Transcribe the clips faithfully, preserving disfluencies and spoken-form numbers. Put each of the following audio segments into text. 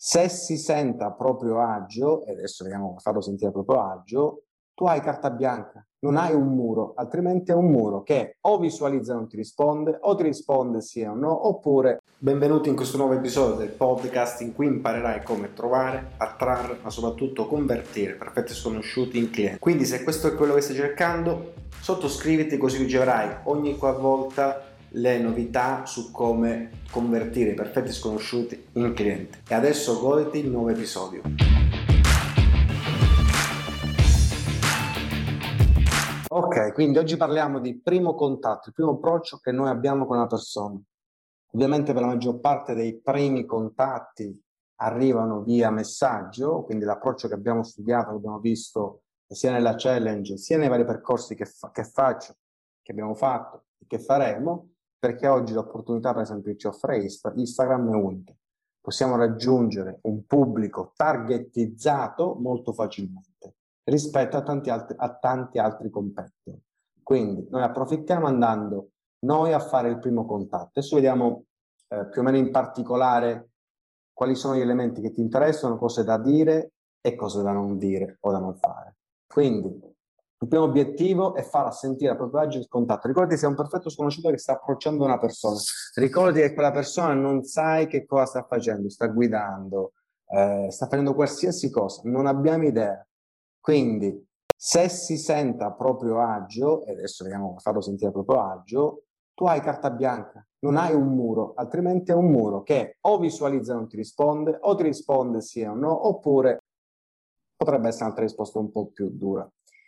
Se si sente a proprio agio, e adesso vediamo come farlo sentire a proprio agio, tu hai carta bianca, non hai un muro, altrimenti è un muro che o visualizza e non ti risponde, o ti risponde sì o no, oppure... Benvenuti in questo nuovo episodio del podcast in cui imparerai come trovare, attrarre, ma soprattutto convertire perfetti sconosciuti in clienti. Quindi se questo è quello che stai cercando, sottoscriviti così riceverai ogni qualvolta le novità su come convertire i perfetti sconosciuti in clienti. E adesso goditi il nuovo episodio. Ok, quindi oggi parliamo di primo contatto, il primo approccio che noi abbiamo con una persona. Ovviamente per la maggior parte dei primi contatti arrivano via messaggio, quindi l'approccio che abbiamo studiato, che abbiamo visto sia nella challenge, sia nei vari percorsi che, fa- che faccio, che abbiamo fatto e che faremo, perché oggi l'opportunità, per esempio, che ci offre Instagram è unica. Possiamo raggiungere un pubblico targetizzato molto facilmente rispetto a tanti altri, a tanti altri competitor. Quindi noi approfittiamo andando noi a fare il primo contatto. Adesso vediamo eh, più o meno in particolare quali sono gli elementi che ti interessano, cose da dire e cose da non dire o da non fare. Quindi il primo obiettivo è far sentire a proprio agio il contatto. Ricordati, sei un perfetto sconosciuto che sta approcciando una persona. Ricordati che quella persona non sai che cosa sta facendo, sta guidando, eh, sta facendo qualsiasi cosa, non abbiamo idea. Quindi, se si sente a proprio agio, e adesso vediamo come farlo sentire a proprio agio, tu hai carta bianca, non hai un muro, altrimenti è un muro che o visualizza e non ti risponde, o ti risponde sì o no, oppure potrebbe essere un'altra risposta un po' più dura.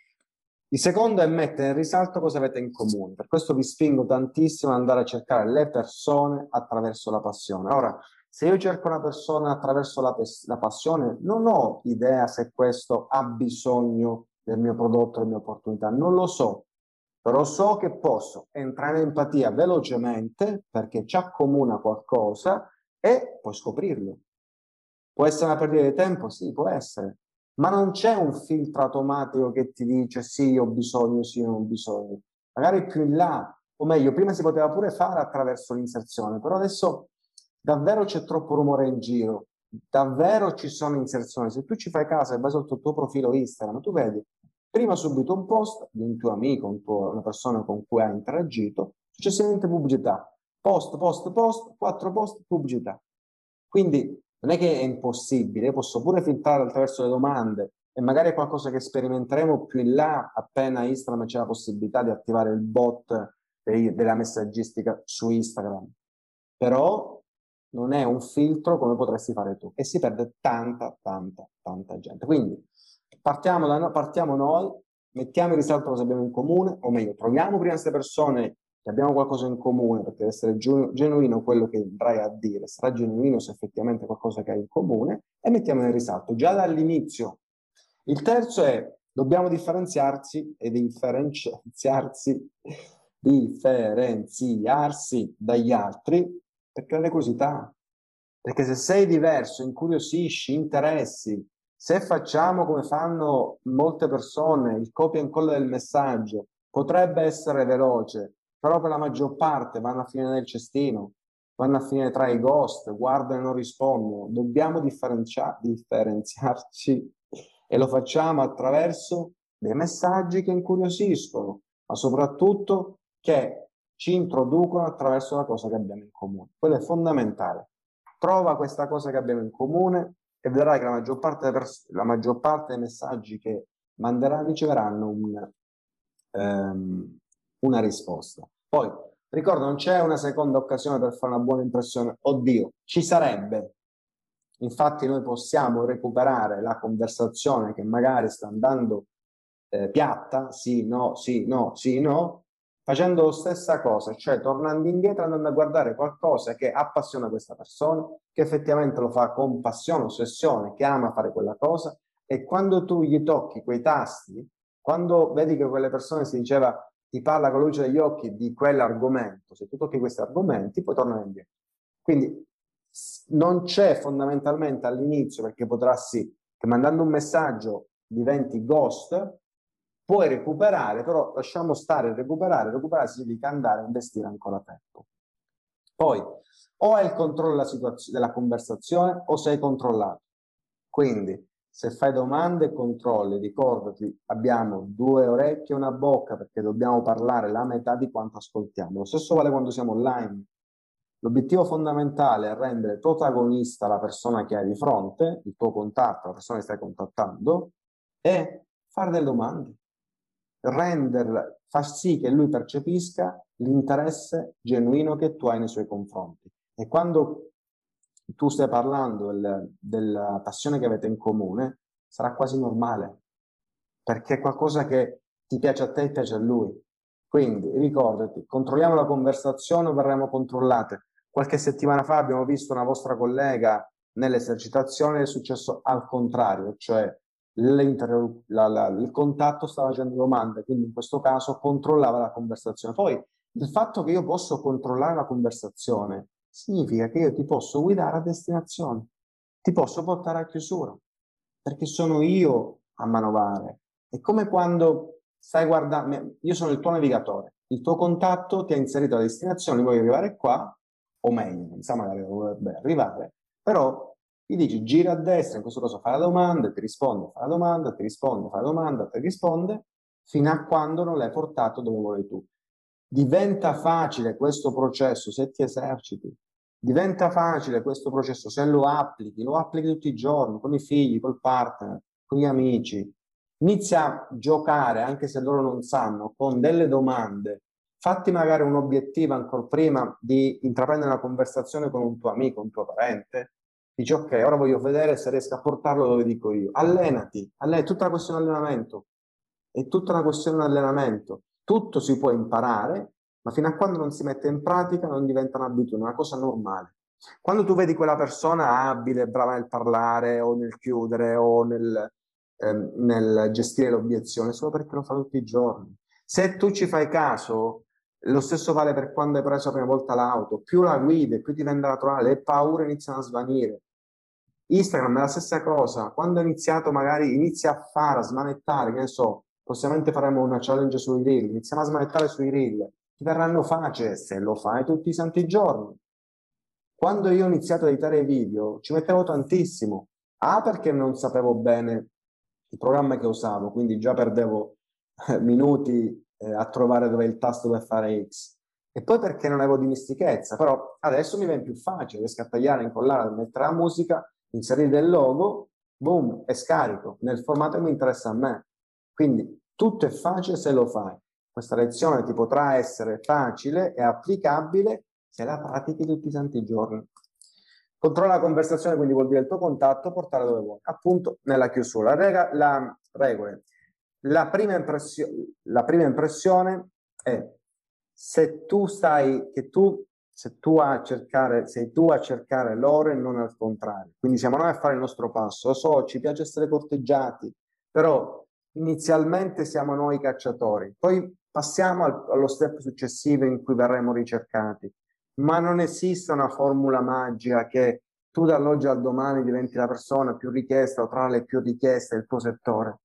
Il secondo è mettere in risalto cosa avete in comune. Per questo vi spingo tantissimo ad andare a cercare le persone attraverso la passione. Ora, se io cerco una persona attraverso la, la passione, non ho idea se questo ha bisogno del mio prodotto, delle mie opportunità, non lo so, però so che posso entrare in empatia velocemente perché ci accomuna qualcosa e puoi scoprirlo. Può essere una perdita di tempo? Sì, può essere, ma non c'è un filtro automatico che ti dice sì, ho bisogno, sì, non ho bisogno. Magari più in là, o meglio, prima si poteva pure fare attraverso l'inserzione, però adesso davvero c'è troppo rumore in giro, davvero ci sono inserzioni. Se tu ci fai caso e vai sotto il tuo profilo Instagram, tu vedi prima subito un post di un tuo amico, un tuo, una persona con cui hai interagito, successivamente pubblicità, post, post, post, quattro post, pubblicità. Quindi non è che è impossibile, posso pure filtrare attraverso le domande e magari è qualcosa che sperimenteremo più in là appena Instagram c'è la possibilità di attivare il bot dei, della messaggistica su Instagram. Però non è un filtro come potresti fare tu e si perde tanta, tanta, tanta gente. Quindi partiamo, da, partiamo noi, mettiamo in risalto cosa abbiamo in comune, o meglio, troviamo prima queste persone che abbiamo qualcosa in comune, perché deve essere genuino quello che andrai a dire, sarà genuino se effettivamente è qualcosa che hai in comune, e mettiamo in risalto già dall'inizio. Il terzo è, dobbiamo differenziarci e differenziarsi, differenziarsi dagli altri per creare curiosità. Perché se sei diverso, incuriosisci, interessi, se facciamo come fanno molte persone, il copia e incolla del messaggio, potrebbe essere veloce, però per la maggior parte vanno a finire nel cestino, vanno a finire tra i ghost, guardano e non rispondono. Dobbiamo differenzia- differenziarci e lo facciamo attraverso dei messaggi che incuriosiscono, ma soprattutto che ci introducono attraverso la cosa che abbiamo in comune. Quello è fondamentale. Trova questa cosa che abbiamo in comune e vedrai che la maggior parte, pers- la maggior parte dei messaggi che manderanno riceveranno un, ehm, una risposta. Poi, ricordo, non c'è una seconda occasione per fare una buona impressione. Oddio, ci sarebbe. Infatti noi possiamo recuperare la conversazione che magari sta andando eh, piatta, sì, no, sì, no, sì, no, facendo la stessa cosa, cioè tornando indietro, andando a guardare qualcosa che appassiona questa persona, che effettivamente lo fa con passione, ossessione, che ama fare quella cosa, e quando tu gli tocchi quei tasti, quando vedi che quelle persone, si diceva, ti parla con la luce degli occhi di quell'argomento, se tu tocchi questi argomenti, puoi tornare indietro. Quindi non c'è fondamentalmente all'inizio, perché potrassi, che mandando un messaggio diventi ghost, puoi recuperare, però lasciamo stare recuperare, recuperare significa andare a investire ancora tempo. Poi, o hai il controllo della, situazione, della conversazione o sei controllato. Quindi, se fai domande e controlli, ricordati, abbiamo due orecchie e una bocca perché dobbiamo parlare la metà di quanto ascoltiamo. Lo stesso vale quando siamo online. L'obiettivo fondamentale è rendere protagonista la persona che hai di fronte, il tuo contatto, la persona che stai contattando, e fare delle domande. Renderla, far sì che lui percepisca l'interesse genuino che tu hai nei suoi confronti. E quando tu stai parlando del, della passione che avete in comune, sarà quasi normale, perché è qualcosa che ti piace a te e piace a lui. Quindi ricordati, controlliamo la conversazione o verremo controllate. Qualche settimana fa abbiamo visto una vostra collega nell'esercitazione, è successo al contrario, cioè la, la, il contatto stava facendo domande, quindi in questo caso controllava la conversazione. Poi il fatto che io posso controllare la conversazione significa che io ti posso guidare a destinazione, ti posso portare a chiusura, perché sono io a manovare. È come quando stai guardando, io sono il tuo navigatore, il tuo contatto ti ha inserito a destinazione, voglio arrivare qua, o meglio, non sa magari dove dovrebbe arrivare, però gli dici gira a destra, in questo caso fa la domanda, ti risponde, fa la domanda, ti risponde, fa la domanda, ti risponde, fino a quando non l'hai portato dove vuoi tu. Diventa facile questo processo se ti eserciti, diventa facile questo processo se lo applichi, lo applichi tutti i giorni, con i figli, col partner, con gli amici. Inizia a giocare, anche se loro non sanno, con delle domande. Fatti magari un obiettivo ancora prima di intraprendere una conversazione con un tuo amico, un tuo parente. Dici ok, ora voglio vedere se riesco a portarlo dove dico io. Allenati, allenati, è tutta una questione di allenamento. È tutta una questione di allenamento. Tutto si può imparare, ma fino a quando non si mette in pratica non diventa un'abitudine, una cosa normale. Quando tu vedi quella persona abile, brava nel parlare o nel chiudere o nel, ehm, nel gestire l'obiezione, solo perché lo fa tutti i giorni. Se tu ci fai caso, lo stesso vale per quando hai preso la prima volta l'auto, più la guidi, più ti vengono a trovare, le paure iniziano a svanire. Instagram è la stessa cosa, quando ho iniziato magari inizi a fare, a smanettare, che ne so, prossimamente faremo una challenge sui reel, iniziamo a smanettare sui reel, ti verranno facili se lo fai tutti i santi giorni. Quando io ho iniziato a editare video ci mettevo tantissimo, A perché non sapevo bene il programma che usavo, quindi già perdevo eh, minuti eh, a trovare dove è il tasto per fare X, e poi perché non avevo dimestichezza, però adesso mi viene più facile, riesco a tagliare, incollare, mettere la musica, inserire del logo, boom, e scarico nel formato che mi interessa a me. Quindi tutto è facile se lo fai. Questa lezione ti potrà essere facile e applicabile se la pratichi tutti i santi giorni. Controlla la conversazione, quindi vuol dire il tuo contatto, portare dove vuoi. Appunto, nella chiusura. Rega, la regole. La prima, la prima impressione è se tu stai, che tu, se tu a cercare, sei tu a cercare l'oro e non al contrario. Quindi siamo noi a fare il nostro passo. Lo so, ci piace essere corteggiati, però inizialmente siamo noi i cacciatori. Poi passiamo al, allo step successivo in cui verremo ricercati. Ma non esiste una formula magica che tu dall'oggi al domani diventi la persona più richiesta o tra le più richieste del tuo settore.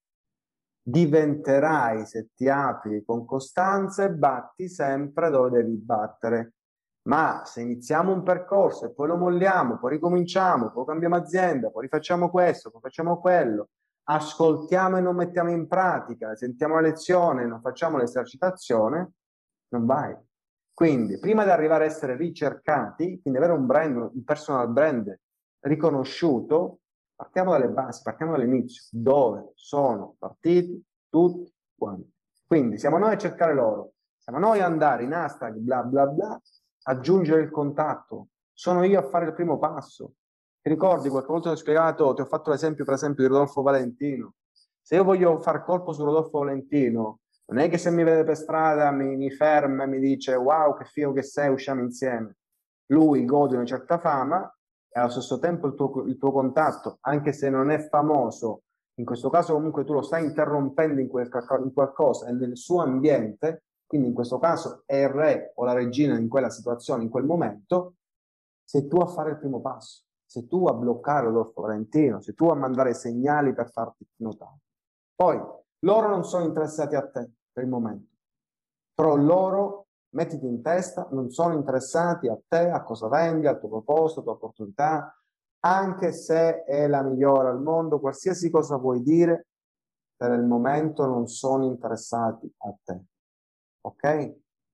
Diventerai se ti apri con costanza e batti sempre dove devi battere. Ma se iniziamo un percorso e poi lo molliamo, poi ricominciamo, poi cambiamo azienda, poi rifacciamo questo, poi facciamo quello, ascoltiamo e non mettiamo in pratica, sentiamo la lezione e non facciamo l'esercitazione, non vai. Quindi, prima di arrivare a essere ricercati, quindi avere un brand, un personal brand riconosciuto, partiamo dalle basi, partiamo dall'inizio, dove sono partiti tutti quanti. Quindi siamo noi a cercare loro, siamo noi ad andare in hashtag bla bla bla, aggiungere il contatto, sono io a fare il primo passo. Ti ricordi, qualche volta ti ho spiegato, ti ho fatto l'esempio per esempio di Rodolfo Valentino. Se io voglio far colpo su Rodolfo Valentino, non è che se mi vede per strada mi, mi ferma e mi dice wow che figo che sei, usciamo insieme. Lui gode di una certa fama e allo stesso tempo il tuo, il tuo contatto, anche se non è famoso, in questo caso comunque tu lo stai interrompendo in, quel, in qualcosa e nel suo ambiente, quindi in questo caso è il re o la regina in quella situazione, in quel momento, sei tu a fare il primo passo, sei tu a bloccare Rodolfo Valentino, sei tu a mandare segnali per farti notare. Poi loro non sono interessati a te per il momento, però loro mettiti in testa, non sono interessati a te, a cosa vendi, al tuo proposito, alla tua opportunità, anche se è la migliore al mondo, qualsiasi cosa vuoi dire, per il momento non sono interessati a te. Ok?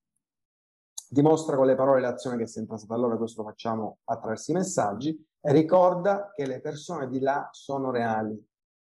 Dimostra con le parole l'azione che sei interessata. Allora questo lo facciamo attraverso i messaggi e ricorda che le persone di là sono reali.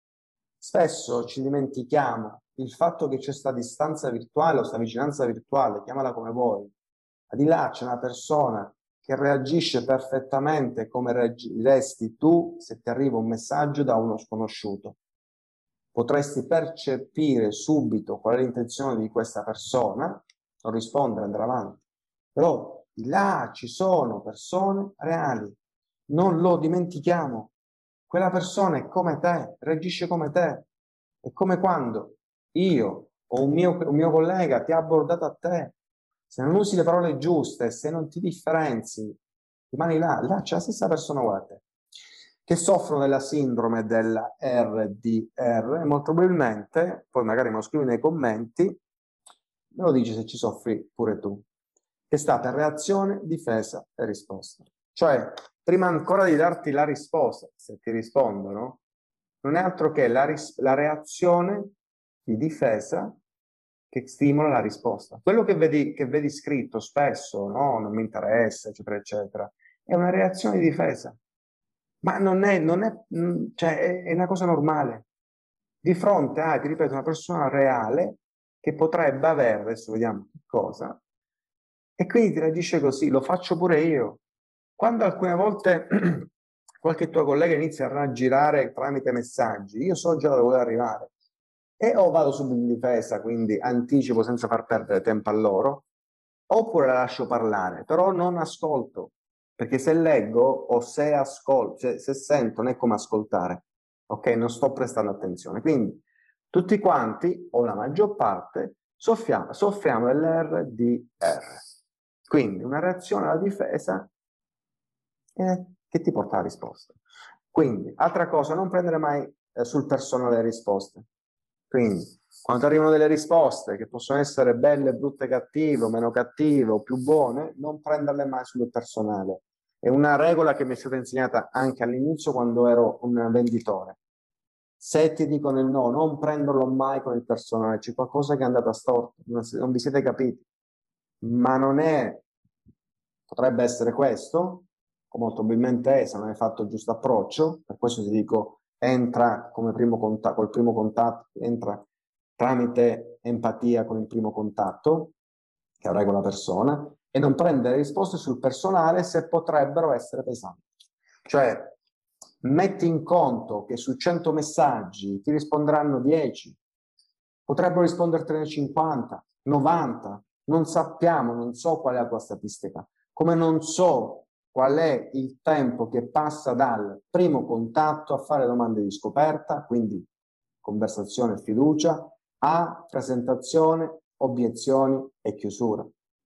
Spesso ci dimentichiamo il fatto che c'è questa distanza virtuale o questa vicinanza virtuale, chiamala come vuoi. Al di là c'è una persona che reagisce perfettamente come reagiresti tu se ti arriva un messaggio da uno sconosciuto. Potresti percepire subito qual è l'intenzione di questa persona, non rispondere, andare avanti. Però di là ci sono persone reali, non lo dimentichiamo. Quella persona è come te, reagisce come te. È come quando io o un mio, un mio collega ti ha abbordato a te. Se non usi le parole giuste, se non ti differenzi, rimani là, là c'è la stessa persona uguale a te, che soffrono della sindrome della R D R e molto probabilmente, poi magari me lo scrivi nei commenti, me lo dici se ci soffri pure tu, che è stata reazione, difesa e risposta. Cioè, prima ancora di darti la risposta, se ti rispondono, non è altro che la, la reazione di difesa che stimola la risposta. Quello che vedi, che vedi scritto spesso, no, non mi interessa, eccetera, eccetera, è una reazione di difesa. Ma non è, non è, cioè, è una cosa normale. Di fronte a, ti ripeto, una persona reale che potrebbe avere, adesso vediamo che cosa, e quindi ti reagisce così, lo faccio pure io. Quando alcune volte qualche tuo collega inizia a raggirare tramite messaggi, io so già dove vuole arrivare. E o vado subito in difesa, quindi anticipo senza far perdere tempo a loro, oppure la lascio parlare, però non ascolto, perché se leggo o se ascolto, cioè se sento, non è come ascoltare, ok? Non sto prestando attenzione. Quindi tutti quanti, o la maggior parte, soffriamo, soffriamo dell'R D R. Quindi una reazione alla difesa eh, che ti porta alla risposta. Quindi, altra cosa, non prendere mai eh, sul personale le risposte. Quindi, quando arrivano delle risposte che possono essere belle, brutte, cattive, o meno cattive, o più buone, non prenderle mai sul personale. È una regola che mi è stata insegnata anche all'inizio quando ero un venditore. Se ti dicono il no, non prenderlo mai con il personale, c'è qualcosa che è andato a storto, non, non vi siete capiti. Ma non è, potrebbe essere questo, o molto probabilmente è, se non hai fatto il giusto approccio, per questo ti dico, entra come primo contatto, col primo contatto, entra tramite empatia con il primo contatto che avrai con la persona e non prendere risposte sul personale se potrebbero essere pesanti. Cioè, metti in conto che su cento messaggi ti risponderanno dieci, potrebbero rispondertene cinquanta, novanta, non sappiamo, non so qual è la tua statistica, come non so qual è il tempo che passa dal primo contatto a fare domande di scoperta, quindi conversazione e fiducia, a presentazione, obiezioni e chiusura.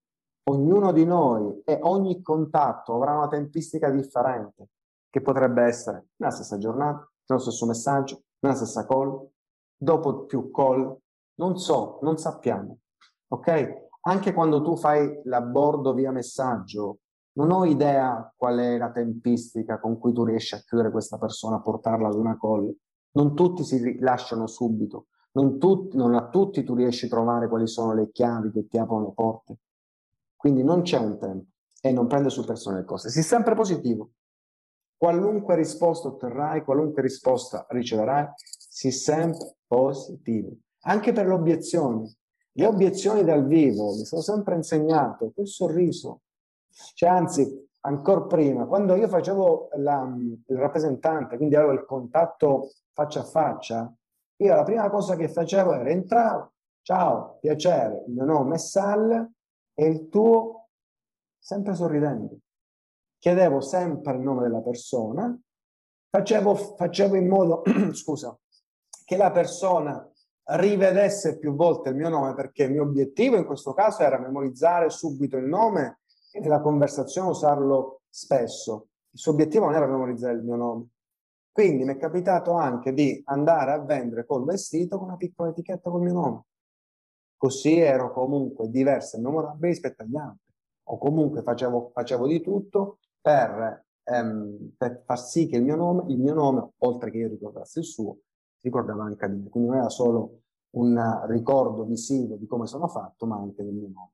Ognuno di noi e ogni contatto avrà una tempistica differente, che potrebbe essere nella stessa giornata, nello stesso messaggio, nella stessa call, dopo più call, non so, non sappiamo, ok? Anche quando tu fai l'abbordo via messaggio, non ho idea qual è la tempistica con cui tu riesci a chiudere questa persona, a portarla ad una call. Non tutti si rilasciano subito, non, tutti, non a tutti tu riesci a trovare quali sono le chiavi che ti aprono le porte. Quindi non c'è un tempo e non prende sul personale cose. Sii sempre positivo. Qualunque risposta otterrai, qualunque risposta riceverai, sii sempre positivo. Anche per le obiezioni. Le obiezioni dal vivo, mi sono sempre insegnato, quel sorriso. Cioè, anzi, ancora prima, quando io facevo la, il rappresentante, quindi avevo il contatto faccia a faccia, io la prima cosa che facevo era entrare, ciao, piacere, il mio nome è Sal, e il tuo sempre sorridendo. Chiedevo sempre il nome della persona, facevo, facevo in modo, scusa, che la persona rivedesse più volte il mio nome, perché il mio obiettivo in questo caso era memorizzare subito il nome e nella conversazione usarlo spesso. Il suo obiettivo non era memorizzare il mio nome. Quindi mi è capitato anche di andare a vendere col vestito con una piccola etichetta col mio nome. così ero comunque diverso e memorabile rispetto agli altri, o comunque facevo, facevo di tutto per, ehm, per far sì che il mio nome, il mio nome, oltre che io ricordassi il suo, ricordava anche di me, quindi non era solo un ricordo visivo di come sono fatto, ma anche del mio nome.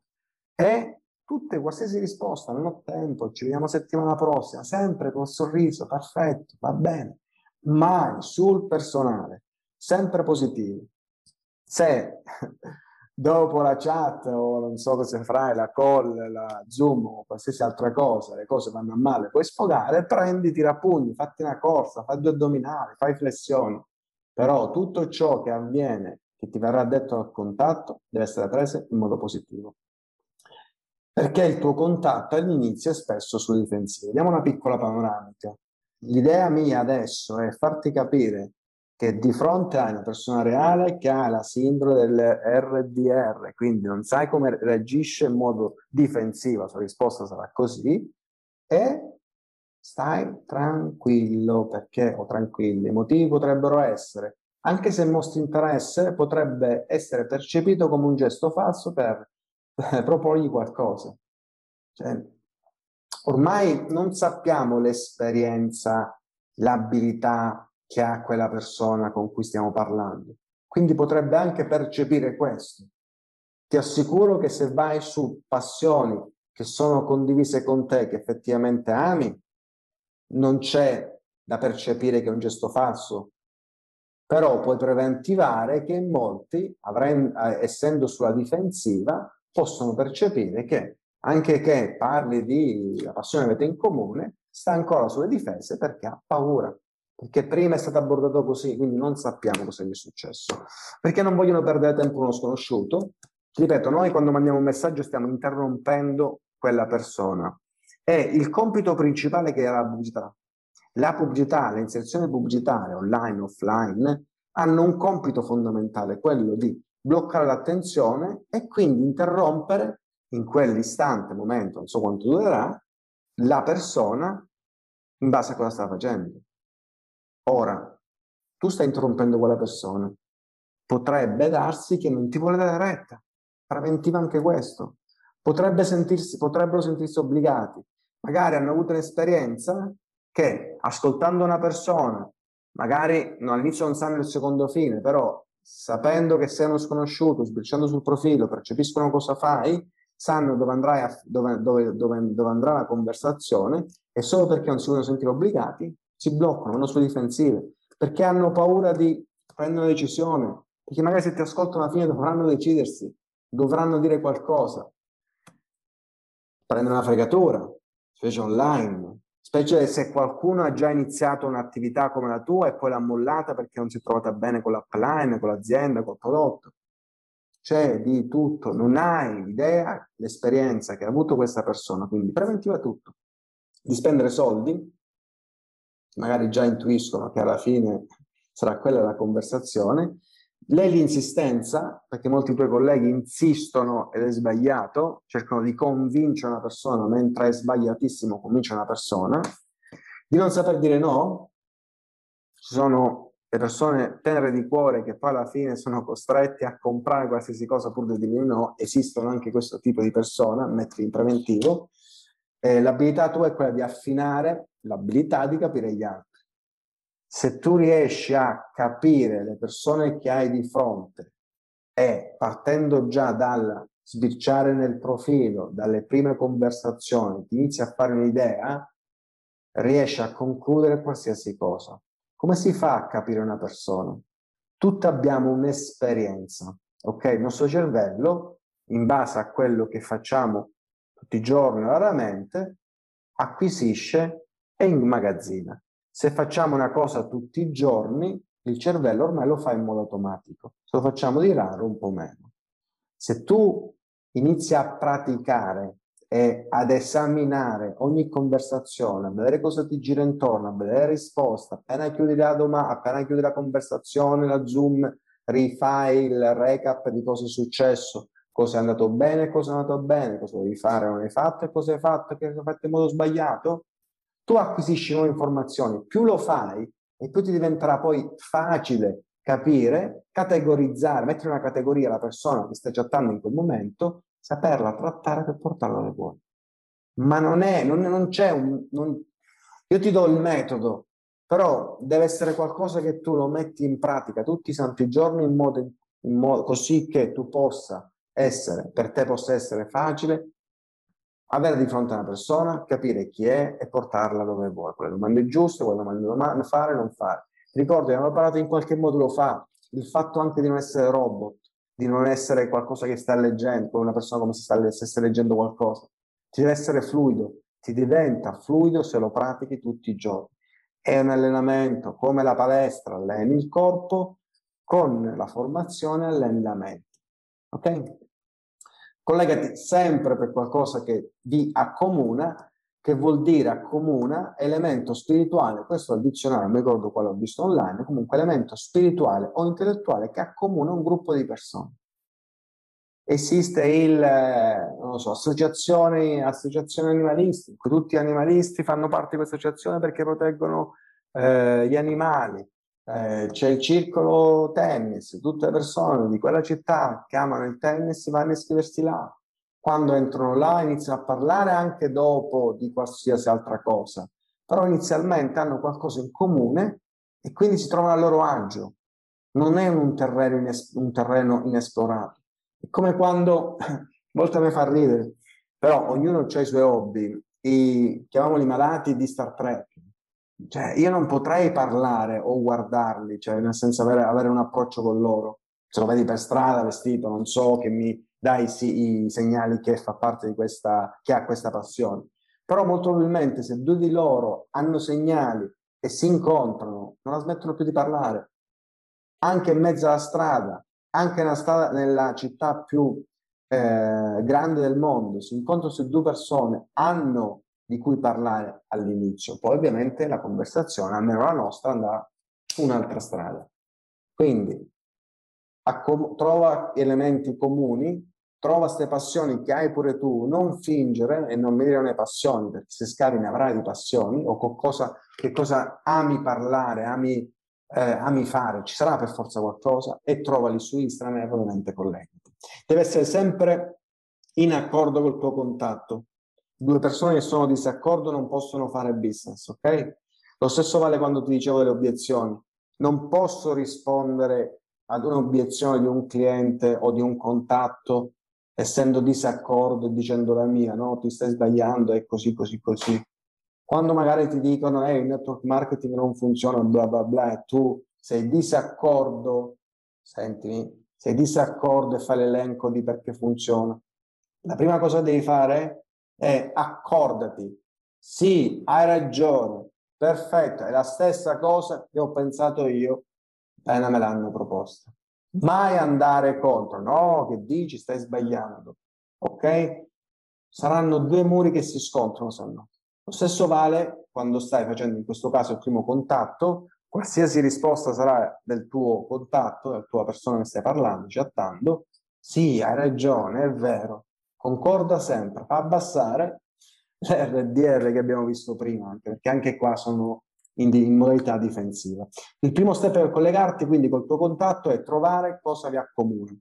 E tutte, qualsiasi risposta, non ho tempo, ci vediamo settimana prossima, sempre con sorriso, perfetto, va bene, mai sul personale, sempre positivo. Se dopo la chat o non so cosa farai, la call, la Zoom o qualsiasi altra cosa, le cose vanno a male, puoi sfogare, prendi, tira pugni, fatti una corsa, fai due addominali, fai flessioni, però tutto ciò che avviene, che ti verrà detto al contatto, deve essere preso in modo positivo. Perché il tuo contatto all'inizio è spesso sulle difensive. Vediamo una piccola panoramica. L'idea mia adesso è farti capire che di fronte a una persona reale che ha la sindrome del R D R, quindi non sai come reagisce in modo difensivo, la sua risposta sarà così, e stai tranquillo, perché, o tranquilli, i motivi potrebbero essere, anche se mostri interesse, potrebbe essere percepito come un gesto falso per eh, proporgli qualcosa. Cioè, ormai non sappiamo l'esperienza, l'abilità che ha quella persona con cui stiamo parlando. Quindi potrebbe anche percepire questo. Ti assicuro che se vai su passioni che sono condivise con te, che effettivamente ami, non c'è da percepire che è un gesto falso. Però puoi preventivare che molti, avren- eh, essendo sulla difensiva, possono percepire che, anche che parli di la passione che avete in comune, sta ancora sulle difese perché ha paura. Perché prima è stato abordato così, quindi non sappiamo cosa gli è successo. Perché non vogliono perdere tempo uno sconosciuto. Ti ripeto, noi quando mandiamo un messaggio stiamo interrompendo quella persona. E il compito principale che è la pubblicità. La pubblicità, le inserzioni pubblicitarie online, offline, hanno un compito fondamentale, quello di bloccare l'attenzione e quindi interrompere in quell'istante, momento, non so quanto durerà, la persona in base a cosa sta facendo. Ora, tu stai interrompendo quella persona, potrebbe darsi che non ti vuole dare retta, preventiva anche questo, potrebbe sentirsi, potrebbero sentirsi obbligati, magari hanno avuto un'esperienza che ascoltando una persona, magari no, all'inizio non sanno il secondo fine, però sapendo che sei uno sconosciuto, sbirciando sul profilo, percepiscono cosa fai, sanno dove, andrai a, dove, dove, dove, dove andrà la conversazione e solo perché non si vogliono sentire obbligati si bloccano, vanno sulle difensive, perché hanno paura di prendere una decisione, perché magari se ti ascoltano alla fine dovranno decidersi, dovranno dire qualcosa, prendere una fregatura, specie online, specie se qualcuno ha già iniziato un'attività come la tua e poi l'ha mollata perché non si è trovata bene con l'upline, con l'azienda, col prodotto. C'è di tutto, non hai idea l'esperienza che ha avuto questa persona, quindi preventiva tutto, di spendere soldi, magari già intuiscono che alla fine sarà quella la conversazione, lei l'insistenza, perché molti tuoi colleghi insistono ed è sbagliato, cercano di convincere una persona, mentre è sbagliatissimo convincere una persona, di non saper dire no. Ci sono le persone tenere di cuore che poi alla fine sono costretti a comprare qualsiasi cosa pur di dire no, esistono anche questo tipo di persone, metti in preventivo. Eh, l'abilità tua è quella di affinare l'abilità di capire gli altri. Se tu riesci a capire le persone che hai di fronte e partendo già dal sbirciare nel profilo, dalle prime conversazioni, ti inizi a fare un'idea, riesci a concludere qualsiasi cosa. Come si fa a capire una persona? Tutti abbiamo un'esperienza, ok? Il nostro cervello, in base a quello che facciamo tutti i giorni raramente, acquisisce e immagazzina. Se facciamo una cosa tutti i giorni, il cervello ormai lo fa in modo automatico. Se lo facciamo di raro, un po' meno. Se tu inizi a praticare e ad esaminare ogni conversazione, a vedere cosa ti gira intorno, a vedere la risposta, appena chiudi la domanda, appena chiudi la conversazione, la Zoom, rifai il recap di cosa è successo, cosa è andato bene, cosa è andato bene, cosa devi fare, non hai fatto e cosa hai fatto, che hai fatto in modo sbagliato, tu acquisisci nuove informazioni, più lo fai e più ti diventerà poi facile capire, categorizzare, mettere una categoria alla persona che sta chattando in quel momento, saperla trattare per portarla alle buone. Ma non è, non, non c'è un... Non, io ti do il metodo, però deve essere qualcosa che tu lo metti in pratica tutti i santi giorni in modo, in modo così che tu possa essere, per te possa essere facile avere di fronte a una persona, capire chi è e portarla dove vuoi, con le domande giuste, con le domande fare, non fare. Ricordo, abbiamo parlato, in qualche modo lo fa, il fatto anche di non essere robot, di non essere qualcosa che sta leggendo, una persona come se sta, stesse leggendo qualcosa. Ti deve essere fluido, ti diventa fluido se lo pratichi tutti i giorni. È un allenamento, come la palestra alleni il corpo, con la formazione alleni la mente. Ok? Collegati sempre per qualcosa che vi accomuna, che vuol dire accomuna elemento spirituale, questo al dizionario, non mi ricordo quale ho visto online, comunque elemento spirituale o intellettuale che accomuna un gruppo di persone. Esiste il, non lo so, associazioni, associazioni animalisti, tutti gli animalisti fanno parte di questa associazione perché proteggono eh, gli animali. Eh, c'è il circolo tennis, tutte le persone di quella città che amano il tennis vanno a iscriversi là. Quando entrano là iniziano a parlare anche dopo di qualsiasi altra cosa, però inizialmente hanno qualcosa in comune e quindi si trovano a loro agio. Non è un terreno, ines- un terreno inesplorato. È come quando, a volte a me fa ridere, però ognuno ha i suoi hobby, i, chiamiamoli malati di Star Trek. Cioè, io non potrei parlare o guardarli, cioè nel senso avere, avere un approccio con loro. Se lo vedi per strada, vestito, non so, che mi dai i, i segnali che fa parte di questa, che ha questa passione. Però molto probabilmente se due di loro hanno segnali e si incontrano, non la smettono più di parlare. Anche in mezzo alla strada, anche nella, strada, nella città più eh, grande del mondo, si incontrano se due persone hanno di cui parlare all'inizio, poi ovviamente la conversazione, almeno la nostra, andrà su un'altra strada. Quindi trova elementi comuni, trova queste passioni che hai pure tu, non fingere e non mi dire le passioni, perché se scavi ne avrai di passioni o qualcosa, che cosa ami parlare, ami, eh, ami fare, ci sarà per forza qualcosa e trovali su Instagram e ovviamente collegati. Deve essere sempre in accordo col tuo contatto. Due persone che sono in disaccordo non possono fare business, ok? Lo stesso vale quando ti dicevo delle obiezioni. Non posso rispondere ad un'obiezione di un cliente o di un contatto essendo disaccordo e dicendo la mia, no? Ti stai sbagliando, è così, così, così. Quando magari ti dicono, eh, il network marketing non funziona, bla bla bla, e tu sei disaccordo, sentimi, sei disaccordo e fai l'elenco di perché funziona. La prima cosa che devi fare è accordati. Sì, hai ragione, perfetto, è la stessa cosa che ho pensato io, appena me l'hanno proposta. Mai andare contro, no, che dici, stai sbagliando, ok? Saranno due muri che si scontrano, se no. Lo stesso vale quando stai facendo, in questo caso, il primo contatto, qualsiasi risposta sarà del tuo contatto, della tua persona che stai parlando, chattando, sì, hai ragione, è vero, concorda sempre, fa abbassare l'R D R che abbiamo visto prima, anche perché anche qua sono in, in modalità difensiva. Il primo step per collegarti quindi col tuo contatto è trovare cosa vi accomuna.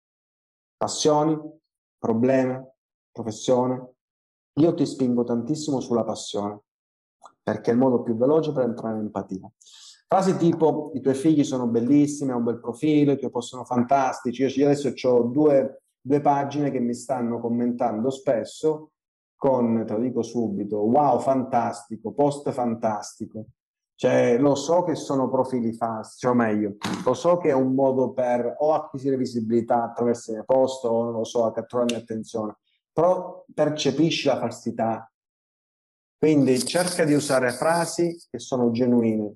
Passioni, problemi, professione. Io ti spingo tantissimo sulla passione, perché è il modo più veloce per entrare in empatia. Frasi tipo, i tuoi figli sono bellissimi, hanno un bel profilo, i tuoi post sono fantastici. Io adesso ho due, due pagine che mi stanno commentando spesso con, te lo dico subito, wow, fantastico, post fantastico. Cioè, lo so che sono profili falsi, o meglio, lo so che è un modo per o acquisire visibilità attraverso i miei post o, non lo so, catturare la mia attenzione, però percepisci la falsità. Quindi cerca di usare frasi che sono genuine.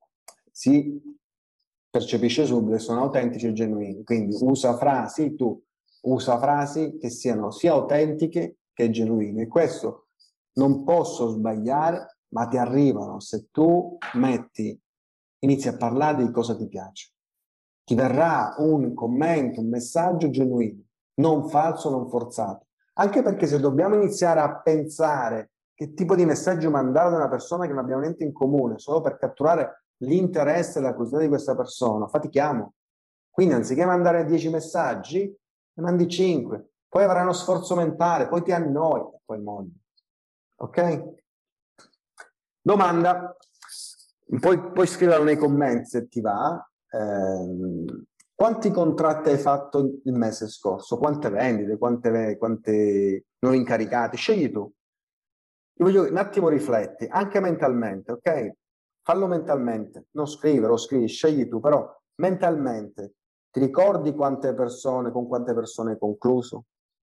Si percepisce subito che sono autentici e genuini. Quindi usa frasi, tu usa frasi che siano sia autentiche che genuine. E questo non posso sbagliare, ma ti arrivano se tu metti, inizi a parlare di cosa ti piace. Ti verrà un commento, un messaggio genuino, non falso, non forzato. Anche perché se dobbiamo iniziare a pensare che tipo di messaggio mandare ad una persona che non abbiamo niente in comune, solo per catturare l'interesse e la curiosità di questa persona, fatichiamo. Quindi anziché mandare dieci messaggi, ne mandi cinque, poi avrai uno sforzo mentale, poi ti annoi e poi molli. Ok? Domanda, puoi, puoi scriverlo nei commenti se ti va. Ehm, quanti contratti hai fatto il mese scorso? Quante vendite? Quante, quante nuovi incaricati? Scegli tu. Io voglio un attimo rifletti, anche mentalmente, ok? Fallo mentalmente, non scrivere, scrivi, scegli tu, però mentalmente ti ricordi quante persone, con quante persone hai concluso?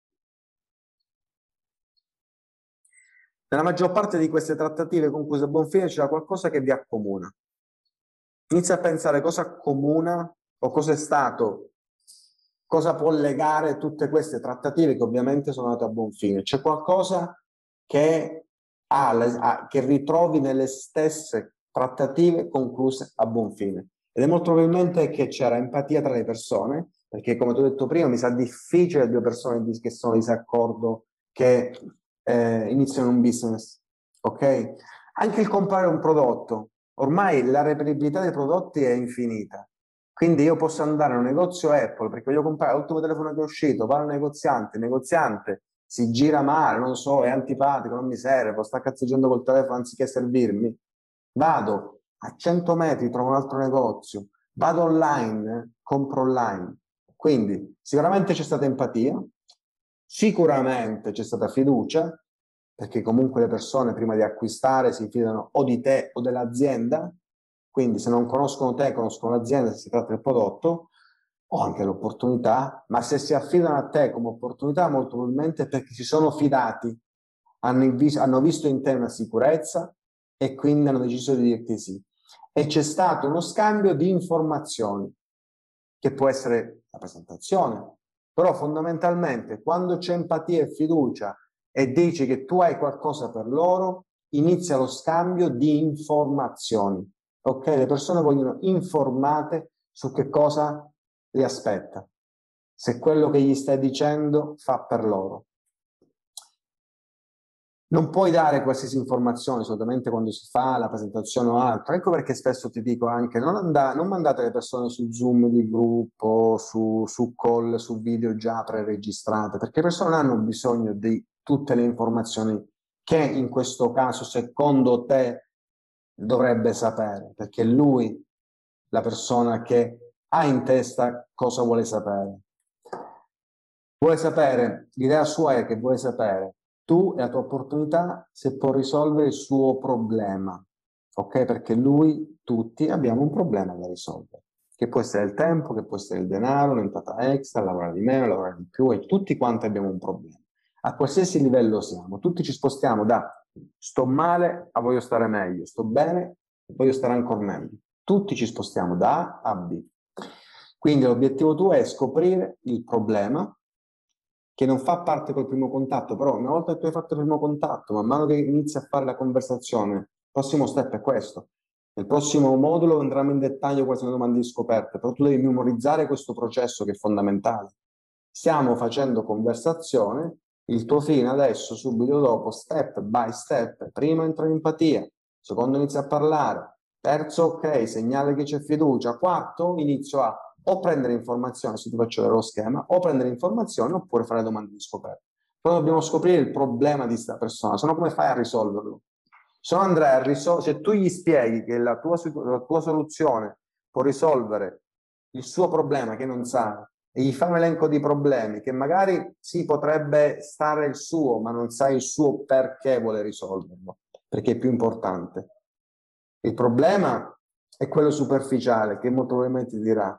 Nella maggior parte di queste trattative concluse a buon fine c'era qualcosa che vi accomuna. Inizia a pensare cosa accomuna o cosa è stato, cosa può legare tutte queste trattative che ovviamente sono andate a buon fine. C'è qualcosa che, ha, che ritrovi nelle stesse trattative concluse a buon fine. Ed è molto probabilmente che c'era empatia tra le persone, perché come ti ho detto prima mi sa difficile due persone che sono in disaccordo che eh, iniziano un business, ok? Anche il comprare un prodotto, ormai la reperibilità dei prodotti è infinita. Quindi io posso andare a un negozio Apple perché voglio comprare l'ultimo telefono che è uscito, vado al negoziante, il negoziante si gira male, non so, è antipatico, non mi serve, sta cazzeggiando col telefono anziché servirmi. Vado a cento metri, trovo un altro negozio, vado online, compro online. Quindi sicuramente c'è stata empatia, sicuramente c'è stata fiducia, perché comunque le persone prima di acquistare si fidano o di te o dell'azienda, quindi se non conoscono te, conoscono l'azienda, se si tratta del prodotto, o anche l'opportunità, ma se si affidano a te come opportunità, molto probabilmente perché si sono fidati, hanno, hanno visto in te una sicurezza e quindi hanno deciso di dirti sì. E c'è stato uno scambio di informazioni, che può essere la presentazione, però fondamentalmente quando c'è empatia e fiducia e dici che tu hai qualcosa per loro, inizia lo scambio di informazioni. Ok? Le persone vogliono informate su che cosa li aspetta, se quello che gli stai dicendo fa per loro. Non puoi dare qualsiasi informazione solamente quando si fa la presentazione o altro. Ecco perché spesso ti dico anche non, andate, non mandate le persone su Zoom di gruppo, su, su call, su video già pre-registrate, perché le persone non hanno bisogno di tutte le informazioni che in questo caso, secondo te, dovrebbe sapere, perché lui, la persona che ha in testa cosa vuole sapere. Vuole sapere, l'idea sua è che vuole sapere tu e la tua opportunità se può risolvere il suo problema, ok? Perché lui, tutti abbiamo un problema da risolvere, che può essere il tempo, che può essere il denaro, un'entrata extra, lavorare di meno, lavorare di più, e tutti quanti abbiamo un problema. A qualsiasi livello siamo, tutti ci spostiamo da sto male a voglio stare meglio, sto bene e voglio stare ancora meglio. Tutti ci spostiamo da A a B. Quindi l'obiettivo tuo è scoprire il problema che non fa parte col primo contatto, però una volta che tu hai fatto il primo contatto, man mano che inizi a fare la conversazione, il prossimo step è questo. Nel prossimo modulo andremo in dettaglio quali sono le domande di scoperta, però tu devi memorizzare questo processo che è fondamentale. Stiamo facendo conversazione, il tuo fine adesso, subito dopo, step by step, primo entra in empatia, secondo inizia a parlare, terzo ok, segnale che c'è fiducia, quarto inizio a o prendere informazioni, se ti faccio vedere lo schema, o prendere informazioni oppure fare domande di scoperta. Però dobbiamo scoprire il problema di questa persona, se no come fai a risolverlo? Se no andrai a risolvere, se tu gli spieghi che la tua, la tua soluzione può risolvere il suo problema che non sa e gli fai un elenco di problemi che magari sì potrebbe stare il suo, ma non sai il suo perché vuole risolverlo, perché è più importante. Il problema è quello superficiale che molto probabilmente ti dirà.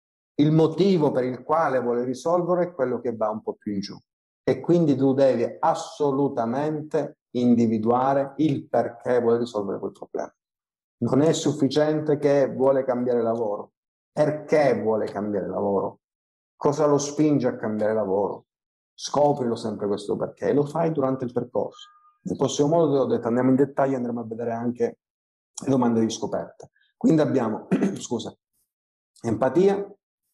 Il motivo per il quale vuole risolvere è quello che va un po' più in giù. E quindi tu devi assolutamente individuare il perché vuole risolvere quel problema. Non è sufficiente che vuole cambiare lavoro. Perché vuole cambiare lavoro? Cosa lo spinge a cambiare lavoro? Scoprilo sempre questo perché e lo fai durante il percorso. Nel prossimo modo, te l'ho detto, andiamo in dettaglio e andremo a vedere anche le domande di scoperta. Quindi abbiamo, scusa, empatia,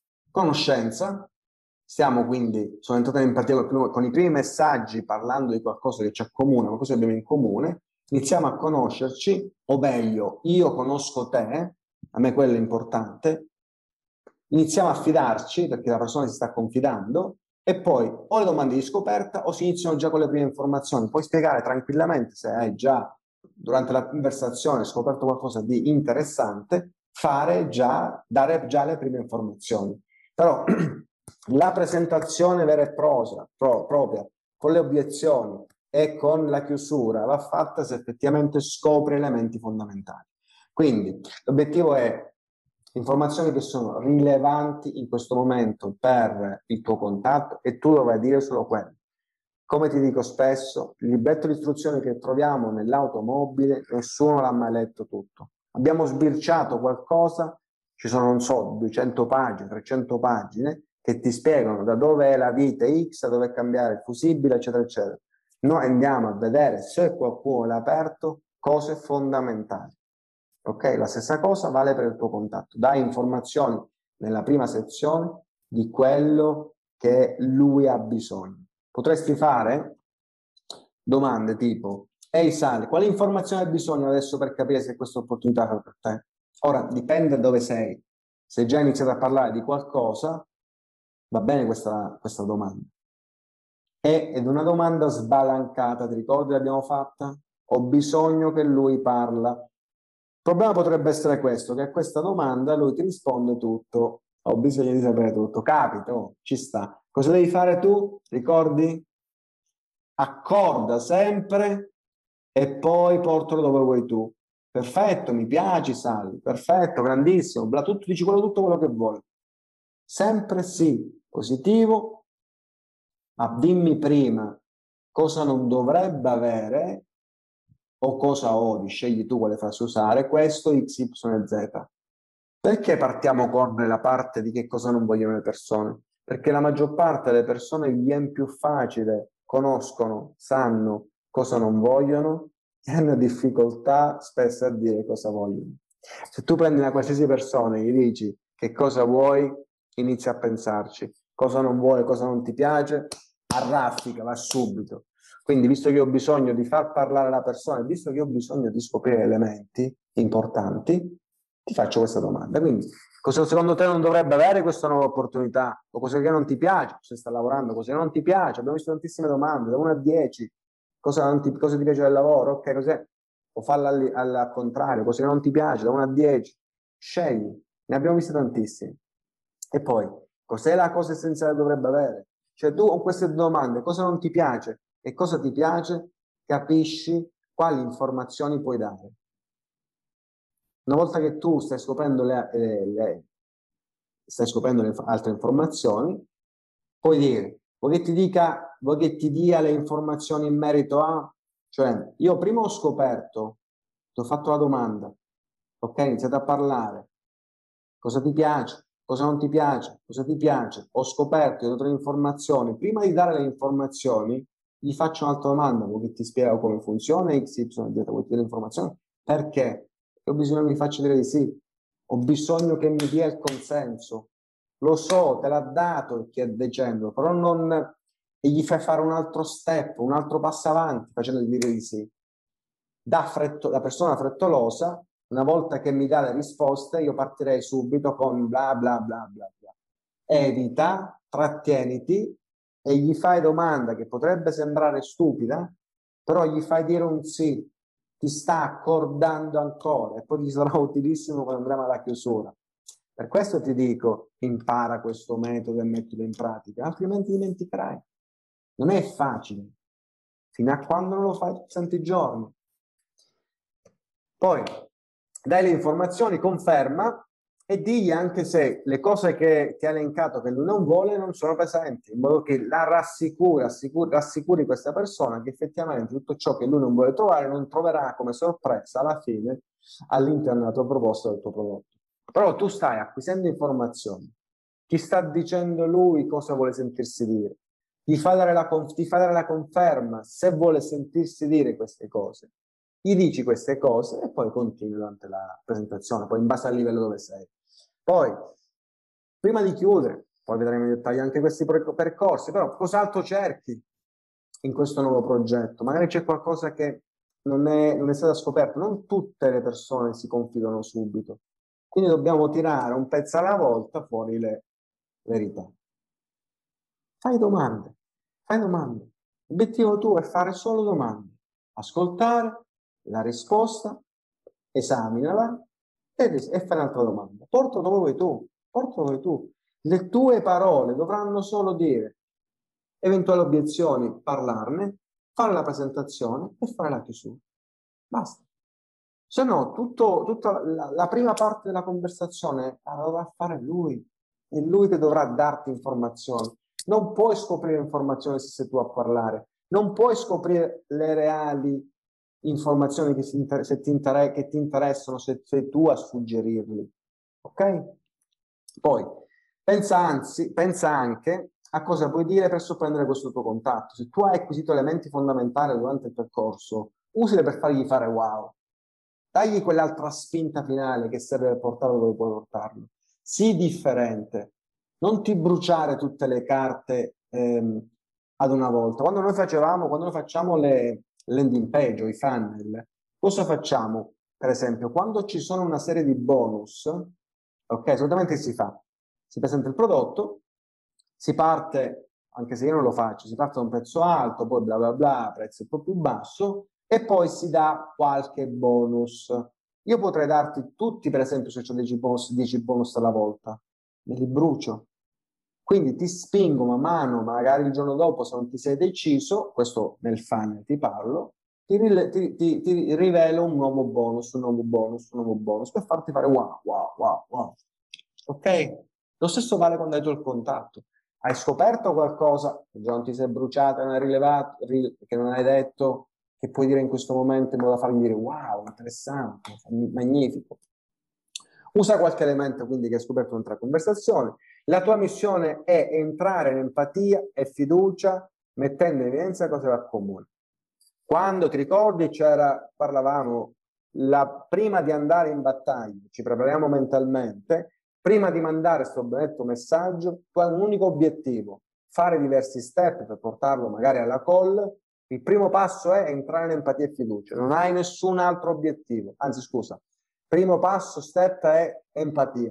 conoscenza, stiamo quindi, sono entrato in empatia col primo, con i primi messaggi parlando di qualcosa che ci accomuna, qualcosa che abbiamo in comune, iniziamo a conoscerci, o meglio, io conosco te, a me quello è importante, iniziamo a fidarci perché la persona si sta confidando e poi o le domande di scoperta o si iniziano già con le prime informazioni. Puoi spiegare tranquillamente se hai già durante la conversazione scoperto qualcosa di interessante, fare già, dare già le prime informazioni. Però la presentazione vera e prosa, pro, propria, con le obiezioni e con la chiusura va fatta se effettivamente scopri elementi fondamentali. Quindi l'obiettivo è informazioni che sono rilevanti in questo momento per il tuo contatto e tu dovrai dire solo quello. Come ti dico spesso, il libretto di istruzioni che troviamo nell'automobile, nessuno l'ha mai letto tutto. Abbiamo sbirciato qualcosa, ci sono, non so, duecento pagine, trecento pagine, che ti spiegano da dove è la vite X, da dove è cambiare il fusibile, eccetera, eccetera. Noi andiamo a vedere se qualcuno l'ha aperto, cose fondamentali. Ok? La stessa cosa vale per il tuo contatto. Dai informazioni nella prima sezione di quello che lui ha bisogno. Potresti fare domande tipo: ehi Sally, quale informazione hai bisogno adesso per capire se questa opportunità è per te? Ora, dipende da dove sei. Se già hai iniziato a parlare di qualcosa, va bene questa, questa domanda. È, ed una domanda sbalancata, ti ricordi l'abbiamo fatta? Ho bisogno che lui parla. Il problema potrebbe essere questo, che a questa domanda lui ti risponde tutto. Ho bisogno di sapere tutto. Capito? Oh, ci sta. Cosa devi fare tu? Ricordi? Accorda sempre e poi portalo dove vuoi tu. Perfetto, mi piaci, Sally. Perfetto, grandissimo. Bla, tutto, dici quello, tutto quello che vuoi. Sempre sì, positivo, ma dimmi prima cosa non dovrebbe avere o cosa odi, scegli tu quale frase usare, questo X, Y e Z. Perché partiamo con la parte di che cosa non vogliono le persone? Perché la maggior parte delle persone gli è più facile, conoscono, sanno cosa non vogliono e hanno difficoltà spesso a dire cosa vogliono. Se tu prendi una qualsiasi persona e gli dici che cosa vuoi, inizia a pensarci. Cosa non vuoi, cosa non ti piace, arraffica, va subito. Quindi, visto che ho bisogno di far parlare la persona, visto che ho bisogno di scoprire elementi importanti, ti faccio questa domanda. Quindi, cosa secondo te non dovrebbe avere questa nuova opportunità? O cosa che non ti piace? Se sta lavorando, cosa che non ti piace? Abbiamo visto tantissime domande, da uno a dieci. Cosa, non ti, cosa ti piace del lavoro? Ok, cos'è? O falla al, al, al contrario, cosa che non ti piace, da uno a dieci. Scegli, ne abbiamo viste tantissime. E poi, cos'è la cosa essenziale che dovrebbe avere? Cioè tu con queste domande, cosa non ti piace e cosa ti piace, capisci quali informazioni puoi dare. Una volta che tu stai scoprendo le, le, le, stai scoprendo le altre informazioni, puoi dire, vuoi che ti dica, vuoi che ti dia le informazioni in merito a, cioè io prima ho scoperto, ti ho fatto la domanda, ok, iniziate a parlare, cosa ti piace, cosa non ti piace, cosa ti piace, ho scoperto, ti ho dato le informazioni, prima di dare le informazioni gli faccio un'altra domanda, vuoi che ti spiego come funziona X Y Z, vuoi che ti dia le informazioni? Perché? Ho bisogno che mi faccia dire di sì, ho bisogno che mi dia il consenso, lo so, te l'ha dato chi è dicendo, però non, e gli fai fare un altro step, un altro passo avanti facendogli dire di sì. Da, fretto, da persona frettolosa, una volta che mi dà le risposte, io partirei subito con bla bla bla bla bla. Evita, trattieniti e gli fai domanda che potrebbe sembrare stupida, però gli fai dire un sì, ti sta accordando ancora e poi ti sarà utilissimo quando andremo alla chiusura. Per questo ti dico, impara questo metodo e mettilo in pratica, altrimenti dimenticherai. Non è facile, fino a quando non lo fai tutti i santi giorni. Poi dai le informazioni, conferma e digli anche se le cose che ti ha elencato che lui non vuole non sono presenti, in modo che la rassicuri, rassicuri, rassicuri questa persona che effettivamente tutto ciò che lui non vuole trovare non troverà come sorpresa alla fine all'interno della tua proposta del tuo prodotto. Però tu stai acquisendo informazioni, ti sta dicendo lui cosa vuole sentirsi dire, ti fa dare la, ti fa dare la conferma se vuole sentirsi dire queste cose. Gli dici queste cose e poi continui durante la presentazione, poi in base al livello dove sei. Poi, prima di chiudere, poi vedremo in dettaglio anche questi percorsi, però cos'altro cerchi in questo nuovo progetto? Magari c'è qualcosa che non è, non è stato scoperto. Non tutte le persone si confidano subito. Quindi dobbiamo tirare un pezzo alla volta fuori le verità. Fai domande, fai domande. L'obiettivo tuo è fare solo domande, ascoltare la risposta, esaminala e, e fai un'altra domanda. Porta dove vuoi tu, porta dove vuoi tu. Le tue parole dovranno solo dire eventuali obiezioni, parlarne, fare la presentazione e fare la chiusura. Basta. Se no, tutto, tutta la, la prima parte della conversazione la dovrà fare lui. È lui che dovrà darti informazioni. Non puoi scoprire informazioni se sei tu a parlare. Non puoi scoprire le reali informazioni che, si inter- se ti inter- che ti interessano se sei tu a suggerirli. Ok? Poi, pensa, anzi, pensa anche a cosa puoi dire per sorprendere questo tuo contatto. Se tu hai acquisito elementi fondamentali durante il percorso, usali per fargli fare wow. Dagli quell'altra spinta finale che serve per portarlo dove puoi portarlo. Sii differente. Non ti bruciare tutte le carte ehm, ad una volta. Quando noi facevamo, quando noi facciamo le landing page o i funnel, cosa facciamo? Per esempio, quando ci sono una serie di bonus, ok, solitamente si fa, si presenta il prodotto, si parte, anche se io non lo faccio, si parte da un prezzo alto, poi bla bla bla, prezzo un po' più basso, e poi si dà qualche bonus. Io potrei darti tutti, per esempio, se ho dieci bonus, dieci bonus alla volta, me li brucio. Quindi ti spingo man mano, magari il giorno dopo, se non ti sei deciso, questo nel funnel ti parlo, ti, ti, ti, ti rivelo un nuovo bonus, un nuovo bonus, un nuovo bonus, per farti fare wow, wow, wow, wow. Ok? Lo stesso vale quando hai tu il contatto. Hai scoperto qualcosa che già non ti sei bruciato, non hai rilevato, che non hai detto, che puoi dire in questo momento in modo da fargli dire wow, interessante, magnifico. Usa qualche elemento quindi che hai scoperto durante la conversazione. La tua missione è entrare in empatia e fiducia mettendo in evidenza cose da comune. Quando ti ricordi c'era, parlavamo, la, prima di andare in battaglia, ci prepariamo mentalmente, prima di mandare questo benedetto messaggio, tu hai un unico obiettivo, fare diversi step per portarlo magari alla call. Il primo passo è entrare in empatia e fiducia, non hai nessun altro obiettivo, anzi scusa, primo passo, step è empatia.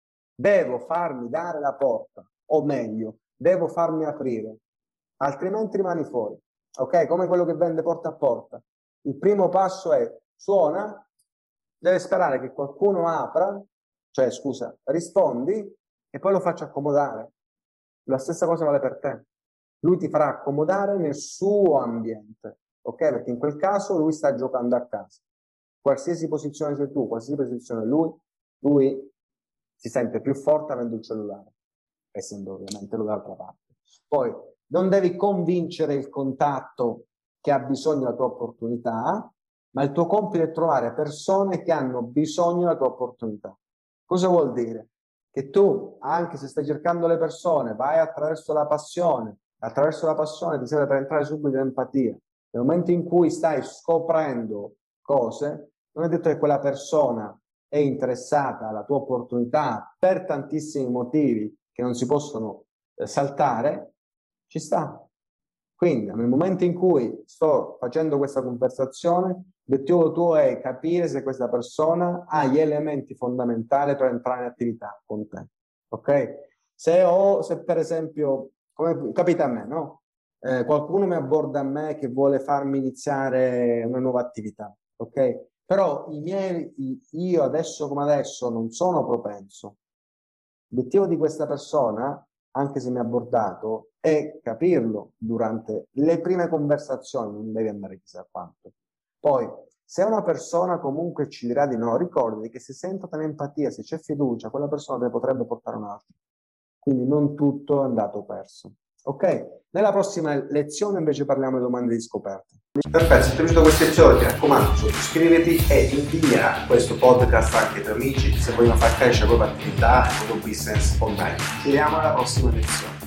Devo farmi dare la porta, o meglio, devo farmi aprire, altrimenti rimani fuori. Ok? Come quello che vende porta a porta. Il primo passo è suona, deve sperare che qualcuno apra, cioè scusa, rispondi e poi lo faccio accomodare. La stessa cosa vale per te. Lui ti farà accomodare nel suo ambiente, ok? Perché in quel caso lui sta giocando a casa. Qualsiasi posizione sei tu, qualsiasi posizione lui, lui si sente più forte avendo il cellulare, essendo ovviamente lui dall'altra parte. Poi non devi convincere il contatto che ha bisogno della tua opportunità, ma il tuo compito è trovare persone che hanno bisogno della tua opportunità. Cosa vuol dire? Che tu, anche se stai cercando le persone, vai attraverso la passione, attraverso la passione ti serve per entrare subito in empatia. Nel momento in cui stai scoprendo cose, non è detto che quella persona è interessata alla tua opportunità per tantissimi motivi che non si possono eh, saltare, ci sta. Quindi nel momento in cui sto facendo questa conversazione, l'obiettivo tuo è capire se questa persona ha gli elementi fondamentali per entrare in attività con te. Ok? Se ho, se per esempio, come capita a me, no? Eh, qualcuno mi abborda a me che vuole farmi iniziare una nuova attività, ok? Però i miei, io adesso come adesso non sono propenso. L'obiettivo di questa persona, anche se mi ha abordato, è capirlo durante le prime conversazioni, non devi andare chissà quanto. Poi, se una persona comunque ci dirà di no, ricordi che se sento empatia, se c'è fiducia, quella persona te potrebbe portare un altro. Quindi non tutto è andato perso. Ok? Nella prossima lezione invece parliamo di domande di scoperta. Perfetto, se ti è piaciuto questo episodio ti raccomando iscriviti e invia questo podcast anche ai tuoi amici se vogliono far crescere la propria attività e il tuo business online. Ci vediamo alla prossima lezione.